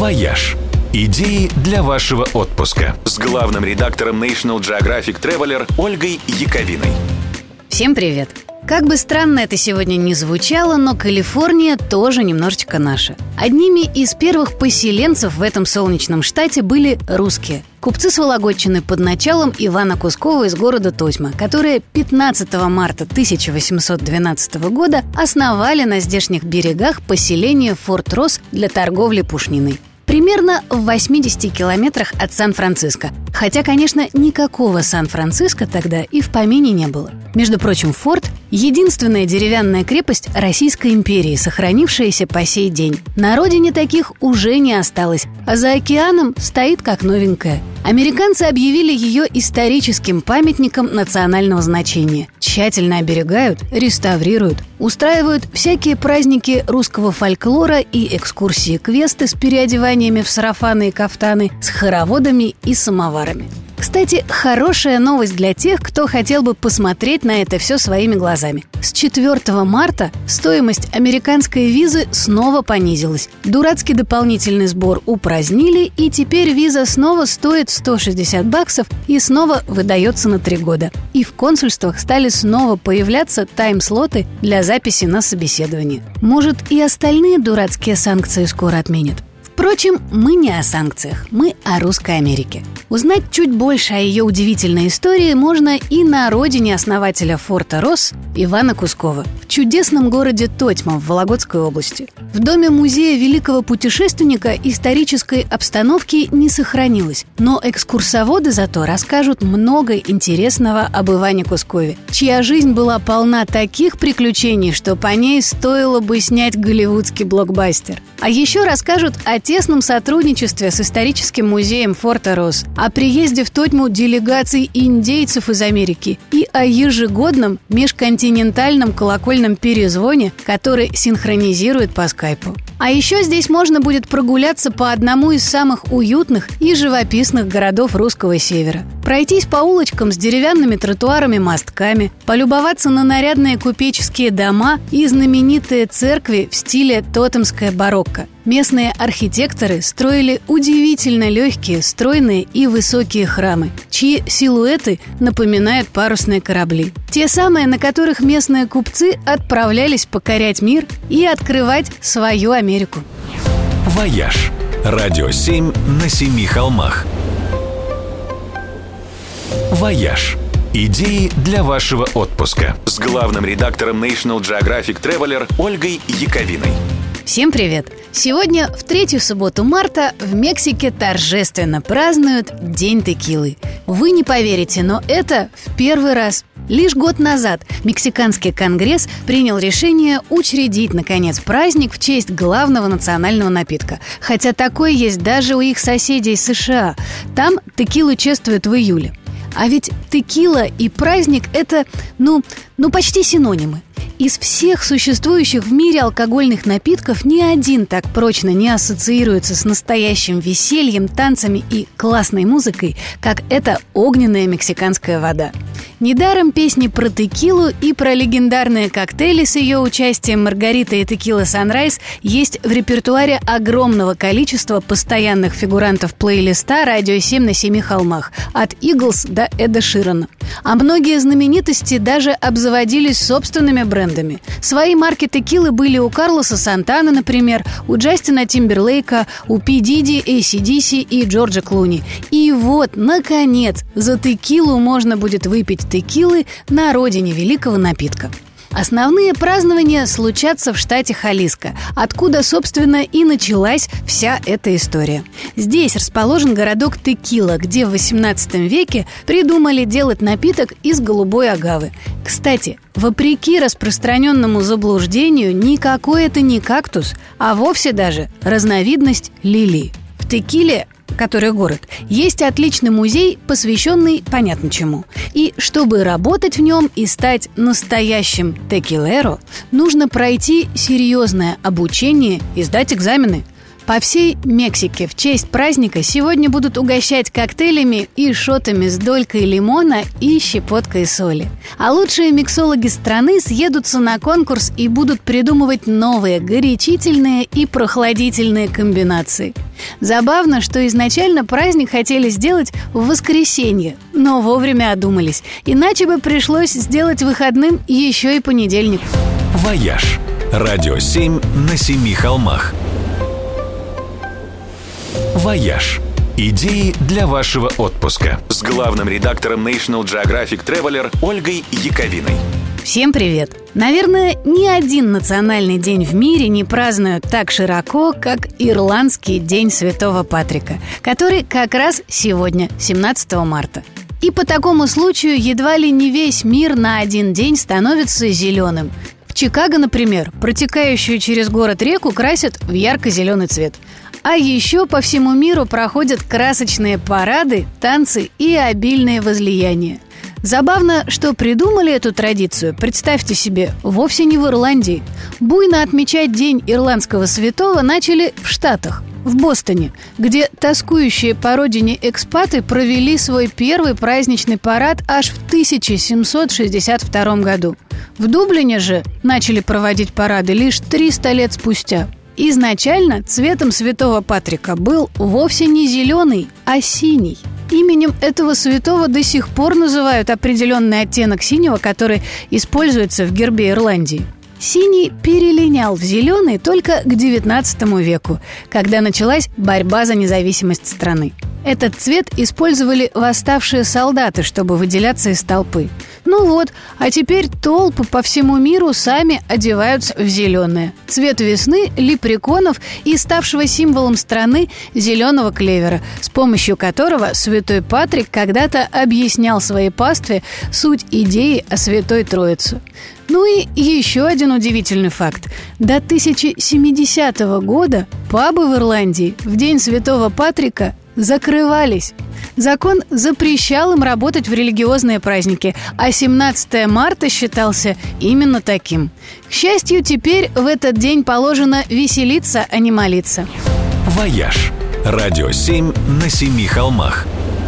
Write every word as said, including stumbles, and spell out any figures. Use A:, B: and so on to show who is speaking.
A: «Вояж». Идеи для вашего отпуска с главным редактором National Geographic Traveler Ольгой Яковиной.
B: Всем привет! Как бы странно это сегодня ни звучало, но Калифорния тоже немножечко наша. Одними из первых поселенцев в этом солнечном штате были русские. Купцы с Вологодчины под началом Ивана Кускова из города Тотьма, которые пятнадцатого марта тысяча восемьсот двенадцатого года основали на здешних берегах поселение Форт Росс для торговли пушниной. Примерно в восьмидесяти километрах от Сан-Франциско. Хотя, конечно, никакого Сан-Франциско тогда и в помине не было. Между прочим, форт – единственная деревянная крепость Российской империи, сохранившаяся по сей день. На родине таких уже не осталось, а за океаном стоит как новенькая. Американцы объявили ее историческим памятником национального значения. Тщательно оберегают, реставрируют, устраивают всякие праздники русского фольклора и экскурсии-квесты с переодеваниями в сарафаны и кафтаны, с хороводами и самоварами. Кстати, хорошая новость для тех, кто хотел бы посмотреть на это все своими глазами. С четвёртого марта стоимость американской визы снова понизилась. Дурацкий дополнительный сбор упразднили, и теперь виза снова стоит сто шестьдесят баксов и снова выдается на три года. И в консульствах стали снова появляться тайм-слоты для записи на собеседование. Может, и остальные дурацкие санкции скоро отменят? Впрочем, мы не о санкциях, мы о Русской Америке. Узнать чуть больше о ее удивительной истории можно и на родине основателя Форта Росс Ивана Кускова, в чудесном городе Тотьма в Вологодской области. В доме музея великого путешественника исторической обстановки не сохранилось, но экскурсоводы зато расскажут много интересного об Иване Кускове, чья жизнь была полна таких приключений, что по ней стоило бы снять голливудский блокбастер. А еще расскажут о тесном сотрудничестве с историческим музеем Форта Росс, о приезде в Тотьму делегаций индейцев из Америки и о ежегодном межконтинентальном колокольном перезвоне, который синхронизирует по скайпу. А еще здесь можно будет прогуляться по одному из самых уютных и живописных городов русского севера, пройтись по улочкам с деревянными тротуарами-мостками, полюбоваться на нарядные купеческие дома и знаменитые церкви в стиле тотемское барокко. Местные архитекторы строили удивительно легкие, стройные и высокие храмы, чьи силуэты напоминают парусные корабли. Те самые, на которых местные купцы отправлялись покорять мир и открывать свою Америку.
A: «Вояж». Радио семь на семи холмах. «Вояж». Идеи для вашего отпуска с главным редактором National Geographic Traveler Ольгой Яковиной.
B: Всем привет! Сегодня, в третью субботу марта, в Мексике торжественно празднуют День текилы. Вы не поверите, но это в первый раз. Лишь год назад Мексиканский конгресс принял решение учредить, наконец, праздник в честь главного национального напитка. Хотя такой есть даже у их соседей США. Там текилу чествуют в июле. А ведь текила и праздник – это, ну, ну, почти синонимы. Из всех существующих в мире алкогольных напитков ни один так прочно не ассоциируется с настоящим весельем, танцами и классной музыкой, как эта огненная мексиканская вода. Недаром песни про текилу и про легендарные коктейли с ее участием Маргарита и Текила Санрайз есть в репертуаре огромного количества постоянных фигурантов плейлиста «Радио семь на семи холмах» от Иглс до Эда Ширана. А многие знаменитости даже обзаводились собственными брендами. Свои марки текилы были у Карлоса Сантаны, например, у Джастина Тимберлейка, у Пи Диди, Эй Си Ди Си и Джорджа Клуни. И вот, наконец, за текилу можно будет выпить текилы на родине великого напитка. Основные празднования случатся в штате Халиско, откуда, собственно, и началась вся эта история. Здесь расположен городок Текила, где в восемнадцатом веке придумали делать напиток из голубой агавы. Кстати, вопреки распространенному заблуждению, никакой это не кактус, а вовсе даже разновидность лилии. В Текиле, который город, есть отличный музей, посвященный понятно чему. И чтобы работать в нем и стать настоящим текилеро, нужно пройти серьезное обучение и сдать экзамены. По всей Мексике в честь праздника сегодня будут угощать коктейлями и шотами с долькой лимона и щепоткой соли. А лучшие миксологи страны съедутся на конкурс и будут придумывать новые горячительные и прохладительные комбинации. Забавно, что изначально праздник хотели сделать в воскресенье, но вовремя одумались. Иначе бы пришлось сделать выходным еще и понедельник.
A: «Вояж». Радио семь на семи холмах. «Вояж». Идеи для вашего отпуска с главным редактором National Geographic Traveler Ольгой Яковиной.
B: Всем привет! Наверное, ни один национальный день в мире не празднуют так широко, как Ирландский день Святого Патрика, который как раз сегодня, семнадцатого марта. И по такому случаю едва ли не весь мир на один день становится зеленым. В Чикаго, например, протекающую через город реку красят в ярко-зеленый цвет. А еще по всему миру проходят красочные парады, танцы и обильные возлияния. Забавно, что придумали эту традицию, представьте себе, вовсе не в Ирландии. Буйно отмечать День ирландского святого начали в Штатах, в Бостоне, где тоскующие по родине экспаты провели свой первый праздничный парад аж в тысяча семьсот шестьдесят втором году. В Дублине же начали проводить парады лишь триста лет спустя. Изначально цветом Святого Патрика был вовсе не зеленый, а синий. Именем этого святого до сих пор называют определенный оттенок синего, который используется в гербе Ирландии. Синий перелинял в зеленый только к девятнадцатому веку, когда началась борьба за независимость страны. Этот цвет использовали восставшие солдаты, чтобы выделяться из толпы. Ну вот, а теперь толпы по всему миру сами одеваются в зеленое. Цвет весны, лепреконов и ставшего символом страны зеленого клевера, с помощью которого святой Патрик когда-то объяснял своей пастве суть идеи о Святой Троице. Ну и еще один удивительный факт. До тысяча семидесятого года пабы в Ирландии в День Святого Патрика закрывались. Закон запрещал им работать в религиозные праздники, а семнадцатого марта считался именно таким. К счастью, теперь в этот день положено веселиться, а не молиться.
A: «Вояж». Радио семь на семи холмах.